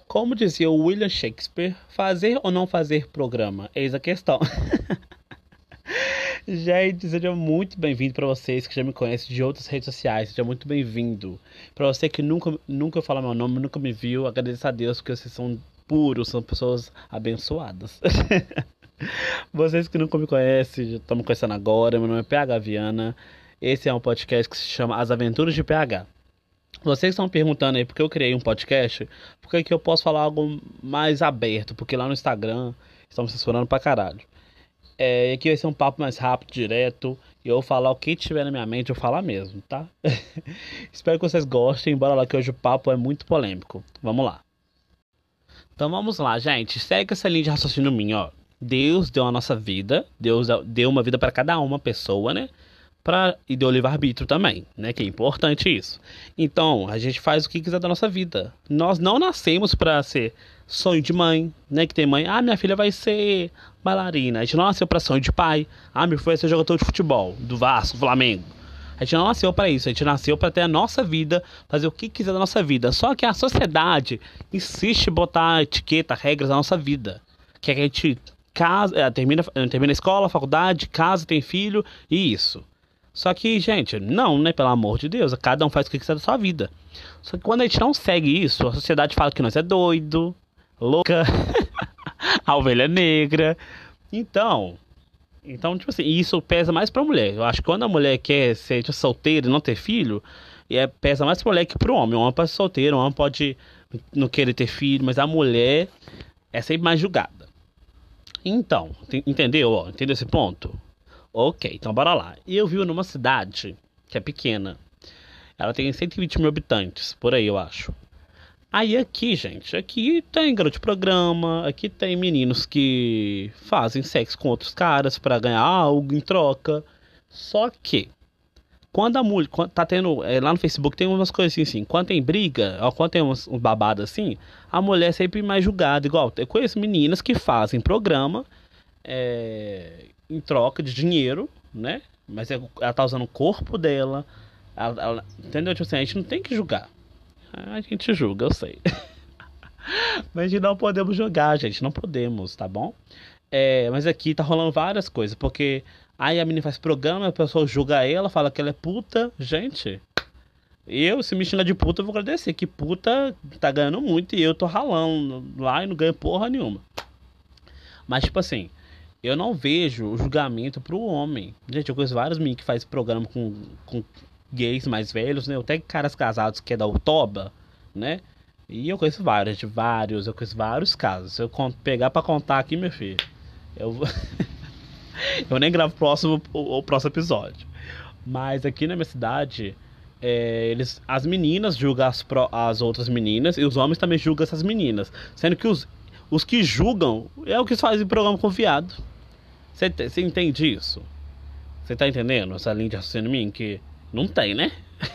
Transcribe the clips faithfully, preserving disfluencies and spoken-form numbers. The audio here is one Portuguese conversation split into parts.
Como dizia o William Shakespeare, fazer ou não fazer programa? Eis a questão. Gente, seja muito bem-vindo para vocês que já me conhecem de outras redes sociais. Seja muito bem-vindo. Para você que nunca, nunca fala meu nome, nunca me viu, agradeço a Deus porque vocês são puros, são pessoas abençoadas. Vocês que nunca me conhecem, já estão me conhecendo agora. Meu nome é P H Viana. Esse é um podcast que se chama As Aventuras de P H. Vocês estão perguntando aí por que eu criei um podcast, porque aqui eu posso falar algo mais aberto, porque lá no Instagram estão me censurando pra caralho. É, e aqui vai ser um papo mais rápido, direto, e eu vou falar o que tiver na minha mente, eu vou falar mesmo, tá? Espero que vocês gostem, bora lá que hoje o papo é muito polêmico. Vamos lá. Então vamos lá, gente, segue essa linha de raciocínio minha, ó. Deus deu a nossa vida, Deus deu uma vida para cada uma pessoa, né? Pra, e deu livre-arbítrio também, né? Que é importante isso. Então, a gente faz o que quiser da nossa vida. Nós não nascemos pra ser sonho de mãe, né? Que tem mãe, ah, minha filha vai ser bailarina. A gente não nasceu pra sonho de pai. Ah, meu filho vai ser jogador de futebol, do Vasco, do Flamengo. A gente não nasceu pra isso. A gente nasceu pra ter a nossa vida, fazer o que quiser da nossa vida. Só que a sociedade insiste em botar etiqueta, regras na nossa vida. Que a gente casa, termina, termina a escola, a faculdade, casa, tem filho e isso. Só que, gente, não, né? Pelo amor de Deus, cada um faz o que quiser da sua vida. Só que quando a gente não segue isso, a sociedade fala que nós é doido, louca, a ovelha negra. Então, então, tipo assim, isso pesa mais pra mulher. Eu acho que quando a mulher quer ser tipo, solteira e não ter filho, é, pesa mais pra mulher que pro homem. O homem pode ser solteiro, o homem pode não querer ter filho, mas a mulher é sempre mais julgada. Então, entendeu? Ó, entendeu esse ponto? Ok, então bora lá. E eu vivo numa cidade que é pequena. Ela tem cento e vinte mil habitantes, por aí eu acho. Aí aqui, gente, aqui tem garoto de programa, aqui tem meninos que fazem sexo com outros caras pra ganhar algo em troca. Só que, quando a mulher, quando tá tendo, é, lá no Facebook tem umas coisas assim, assim, quando tem briga, ó, quando tem uns, uns babados assim, a mulher é sempre mais julgada. Igual, eu conheço meninas que fazem programa, é... em troca de dinheiro, né? Mas ela tá usando o corpo dela. Ela, ela, entendeu? Tipo assim, a gente não tem que julgar. A gente julga, eu sei. Mas a gente não podemos julgar, gente. Não podemos, tá bom? É, mas aqui tá rolando várias coisas. Porque aí a menina faz programa, a pessoa julga ela, fala que ela é puta. Gente, eu, se me xingar de puta, eu vou agradecer. Que puta tá ganhando muito e eu tô ralando lá e não ganho porra nenhuma. Mas, tipo assim, eu não vejo o julgamento pro homem. Gente, eu conheço vários meninos que fazem programa com, com gays mais velhos, né? Até caras casados que é da Utoba, né? E eu conheço vários, gente, vários. Eu conheço vários casos. Se eu pegar pra contar aqui, meu filho, eu vou... eu nem gravo o próximo, o, o próximo episódio. Mas aqui na minha cidade, é, eles, as meninas julgam as, pro, as outras meninas e os homens também julgam essas meninas. Sendo que os, os que julgam é o que fazem programa confiado. Você entende isso? Você tá entendendo essa linha de raciocínio minha? Que não tem, né?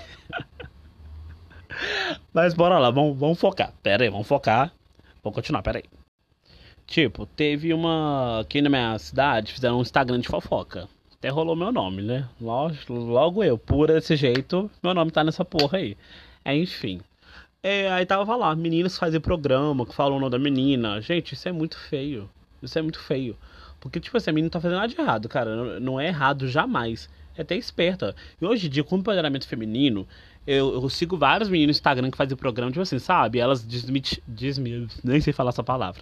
Mas bora lá, vamos, vamos focar. Pera aí, vamos focar. Vamos continuar, pera aí. Tipo, teve uma... Aqui na minha cidade fizeram um Instagram de fofoca. Até rolou meu nome, né? Logo, logo eu, pura desse jeito, meu nome tá nessa porra aí. É, enfim. É, aí tava lá, meninas que fazem programa, que falam o nome da menina. Gente, isso é muito feio. Isso é muito feio. Porque, tipo assim, a menina não tá fazendo nada de errado, cara. Não é errado jamais. É até esperta. E hoje em dia, com o empoderamento feminino, eu, eu sigo vários meninos no Instagram que fazem programa, tipo assim, sabe? Elas desmit... desmit... nem sei falar essa palavra.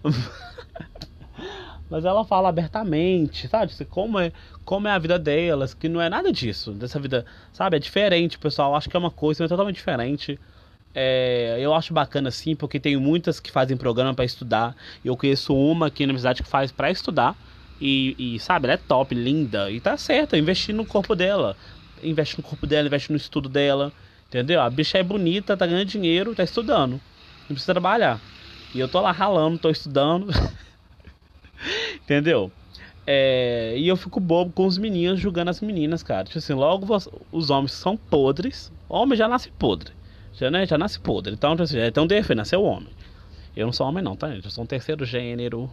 Mas ela fala abertamente, sabe? Como é, como é a vida delas, que não é nada disso. Dessa vida, sabe? É diferente, pessoal. Acho que é uma coisa, mas é totalmente diferente. É, eu acho bacana sim, porque tem muitas que fazem programa pra estudar. Eu conheço uma aqui na minha cidade que faz pra estudar. E, e sabe, ela é top, linda. E tá certo, investir no corpo dela. Investe no corpo dela, investe no estudo dela. Entendeu? A bicha é bonita, tá ganhando dinheiro, tá estudando. Não precisa trabalhar. E eu tô lá ralando, tô estudando. Entendeu? É, e eu fico bobo com os meninos julgando as meninas, cara. Tipo assim, logo os homens são podres. O homem já nasce podre. Já, né, já nasce podre. Então, assim, então deve nascer o homem. Eu não sou homem não, tá, gente? Eu sou um terceiro gênero.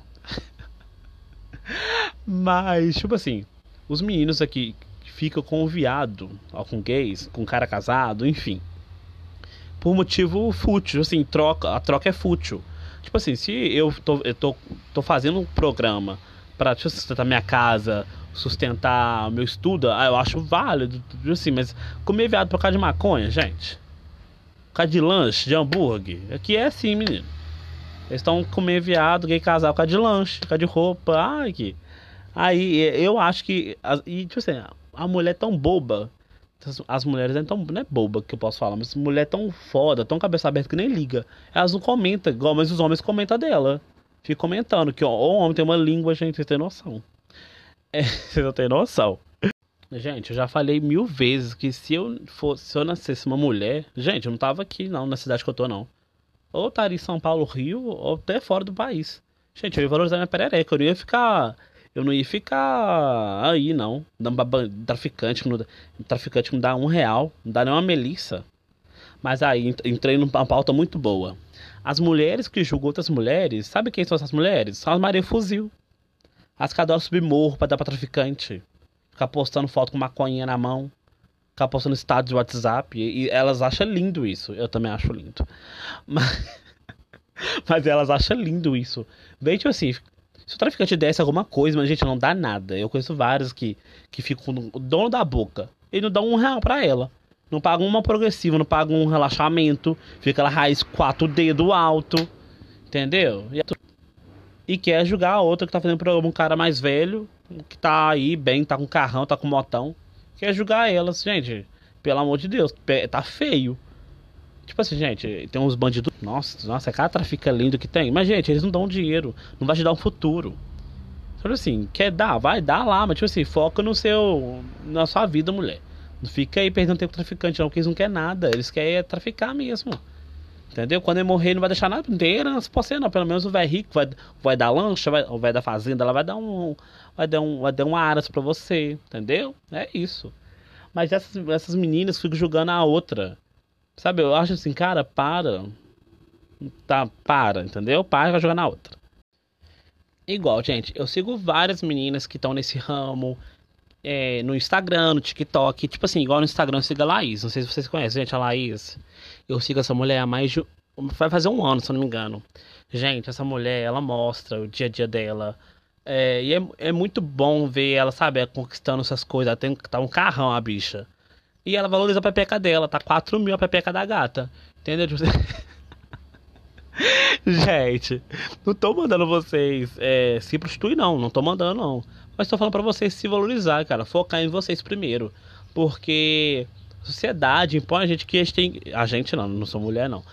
Mas, tipo assim, os meninos aqui ficam com o viado, ó, com gays, com cara casado, enfim. Por motivo fútil, assim, troca, a troca é fútil. Tipo assim, se eu tô, eu tô, tô fazendo um programa pra tipo, sustentar minha casa, sustentar meu estudo, ah, eu acho válido, tipo assim, mas comer viado por causa de maconha, gente. Por causa de lanche, de hambúrguer. Aqui é assim, menino. Eles estão comendo viado, gay casal, por causa de lanche, por causa de roupa. Ai, que. Aí eu acho que. E, tipo assim, a mulher é tão boba. As mulheres é tão. Não é boba que eu posso falar, mas mulher é tão foda, tão cabeça aberta que nem liga. Elas não comentam, igual, mas os homens comentam dela. Fica comentando que ó, o homem tem uma língua, gente, vocês têm noção. É, vocês não têm noção. Gente, eu já falei mil vezes que se eu fosse, se eu nascesse uma mulher, gente, eu não tava aqui não, na cidade que eu tô não. Ou estaria em São Paulo, Rio, ou até fora do país. Gente, eu ia valorizar minha perereca, eu não ia ficar, eu não ia ficar aí não, dando pra ban- traficante, que não dá- traficante que não dá um real, não dá nem uma melissa. Mas aí ent- entrei numa pauta muito boa. As mulheres que julgam outras mulheres, sabe quem são essas mulheres? São as Maria Fuzil. As que adoram subir morro pra dar pra traficante. Ficar postando foto com maconha na mão. Ficar postando status de WhatsApp. E, e elas acham lindo isso. Eu também acho lindo. Mas, mas elas acham lindo isso. Vem, tipo assim, se o traficante desse alguma coisa, mas gente, não dá nada. Eu conheço vários que, que ficam com o dono da boca. Ele não dá um real pra ela. Não paga uma progressiva, não paga um relaxamento. Fica lá raiz quatro dedos alto. Entendeu? E, e quer julgar a outra que tá fazendo programa, um cara mais velho, que tá aí bem, tá com carrão, tá com motão. Quer julgar elas, gente. Pelo amor de Deus, tá feio. Tipo assim, gente, tem uns bandidos. Nossa, nossa, é cada trafica lindo que tem. Mas, gente, eles não dão dinheiro. Não vai te dar um futuro. Tipo assim, quer dar? Vai dar lá. Mas, tipo assim, foca no seu. Na sua vida, mulher. Não fica aí perdendo tempo com traficante, não, porque eles não querem nada. Eles querem é traficar mesmo. Entendeu? Quando ele morrer, não vai deixar nada. Não tem herança pra você, não. Pelo menos o velho rico vai, vai dar lancha, vai, o velho da fazenda, ela vai dar um. Vai dar um. Vai dar um aras pra você. Entendeu? É isso. Mas essas, essas meninas ficam julgando a outra. Sabe, eu acho assim, cara, para. Tá, para, entendeu? Para e vai jogar na outra. Igual, gente, eu sigo várias meninas que estão nesse ramo. É, no Instagram, no TikTok. Tipo assim, igual no Instagram eu sigo a Laís. Não sei se vocês conhecem, gente, a Laís. Eu sigo essa mulher há mais de. Vai fazer um ano, se eu não me engano. Gente, essa mulher, ela mostra o dia a dia dela. É, e é, é muito bom ver ela, sabe, ela conquistando essas coisas. Ela tem tá um carrão, a bicha. E ela valoriza a pepeca dela. Tá quatro mil a pepeca da gata. Entendeu? Tipo, gente, não tô mandando vocês é, se prostituir, não. Não tô mandando, não. Mas tô falando pra vocês se valorizar, cara. Focar em vocês primeiro. Porque a sociedade impõe a gente que a gente tem. A gente não, não sou mulher, não.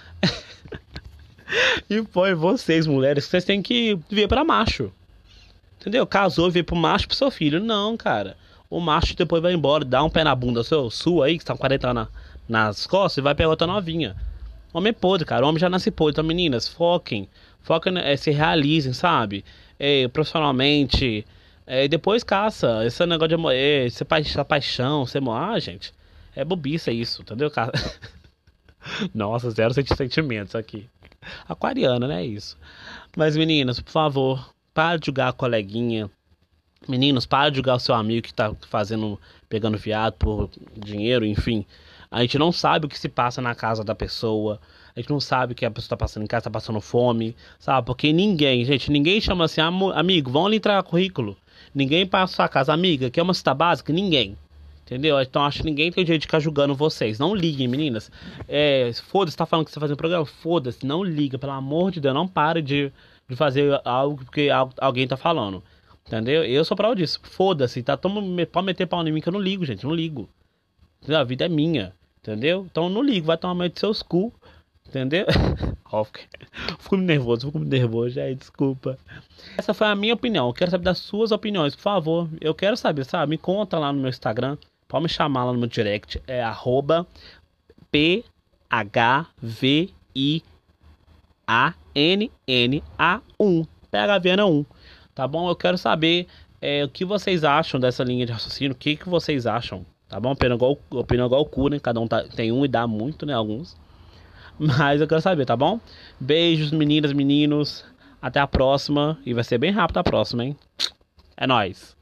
Impõe vocês, mulheres, que vocês têm que vir pra macho. Entendeu? Casou, veio pro macho pro seu filho. Não, cara. O macho depois vai embora, dá um pé na bunda seu, sua aí, que tá com quarenta anos na, nas costas, e vai pegar outra novinha. Homem é podre, cara. O homem já nasce podre. Então, meninas, foquem. Foquem, é, se realizem, sabe? É, profissionalmente. É, e depois caça. Esse negócio de amor, é, essa paixão, paixão, ser ah, gente. É bobiça isso, entendeu, cara? Nossa, zero sentimentos aqui. Aquariana, né? Isso. Mas, meninas, por favor, para de julgar a coleguinha. Meninos, para de julgar o seu amigo que tá fazendo, pegando viado por dinheiro, enfim. A gente não sabe o que se passa na casa da pessoa. A gente não sabe o que a pessoa tá passando em casa, tá passando fome, sabe? Porque ninguém, gente, ninguém chama assim, amigo, vamos ali entregar currículo. Ninguém passa a sua casa, amiga, quer uma cesta básica? Ninguém. Entendeu? Então acho que ninguém tem jeito de ficar julgando vocês. Não liguem, meninas. É, foda-se, tá falando que você tá fazendo programa? Foda-se, não liga, pelo amor de Deus, não pare de, de fazer algo porque alguém tá falando. Entendeu? Eu sou prova disso. Foda-se, tá? Toma, pode meter pau em mim que eu não ligo, gente. Não ligo. Entendeu? A vida é minha. Entendeu? Então não ligo. Vai tomar meio de seus cu. Entendeu? Ó, fico fico nervoso, fico nervoso, já, desculpa. Essa foi a minha opinião. Eu quero saber das suas opiniões, por favor. Eu quero saber, sabe? Me conta lá no meu Instagram. Pode me chamar lá no meu direct. É arroba P H V I A N N A um. P H V N A um. Tá bom? Eu quero saber é, o que vocês acham dessa linha de raciocínio. O que, que vocês acham? Tá bom? Opinião igual, opinião igual o cu, né? Cada um tá, tem um e dá muito, né? Alguns. Mas eu quero saber, tá bom? Beijos, meninas, meninos. Até a próxima. E vai ser bem rápido a próxima, hein? É nóis.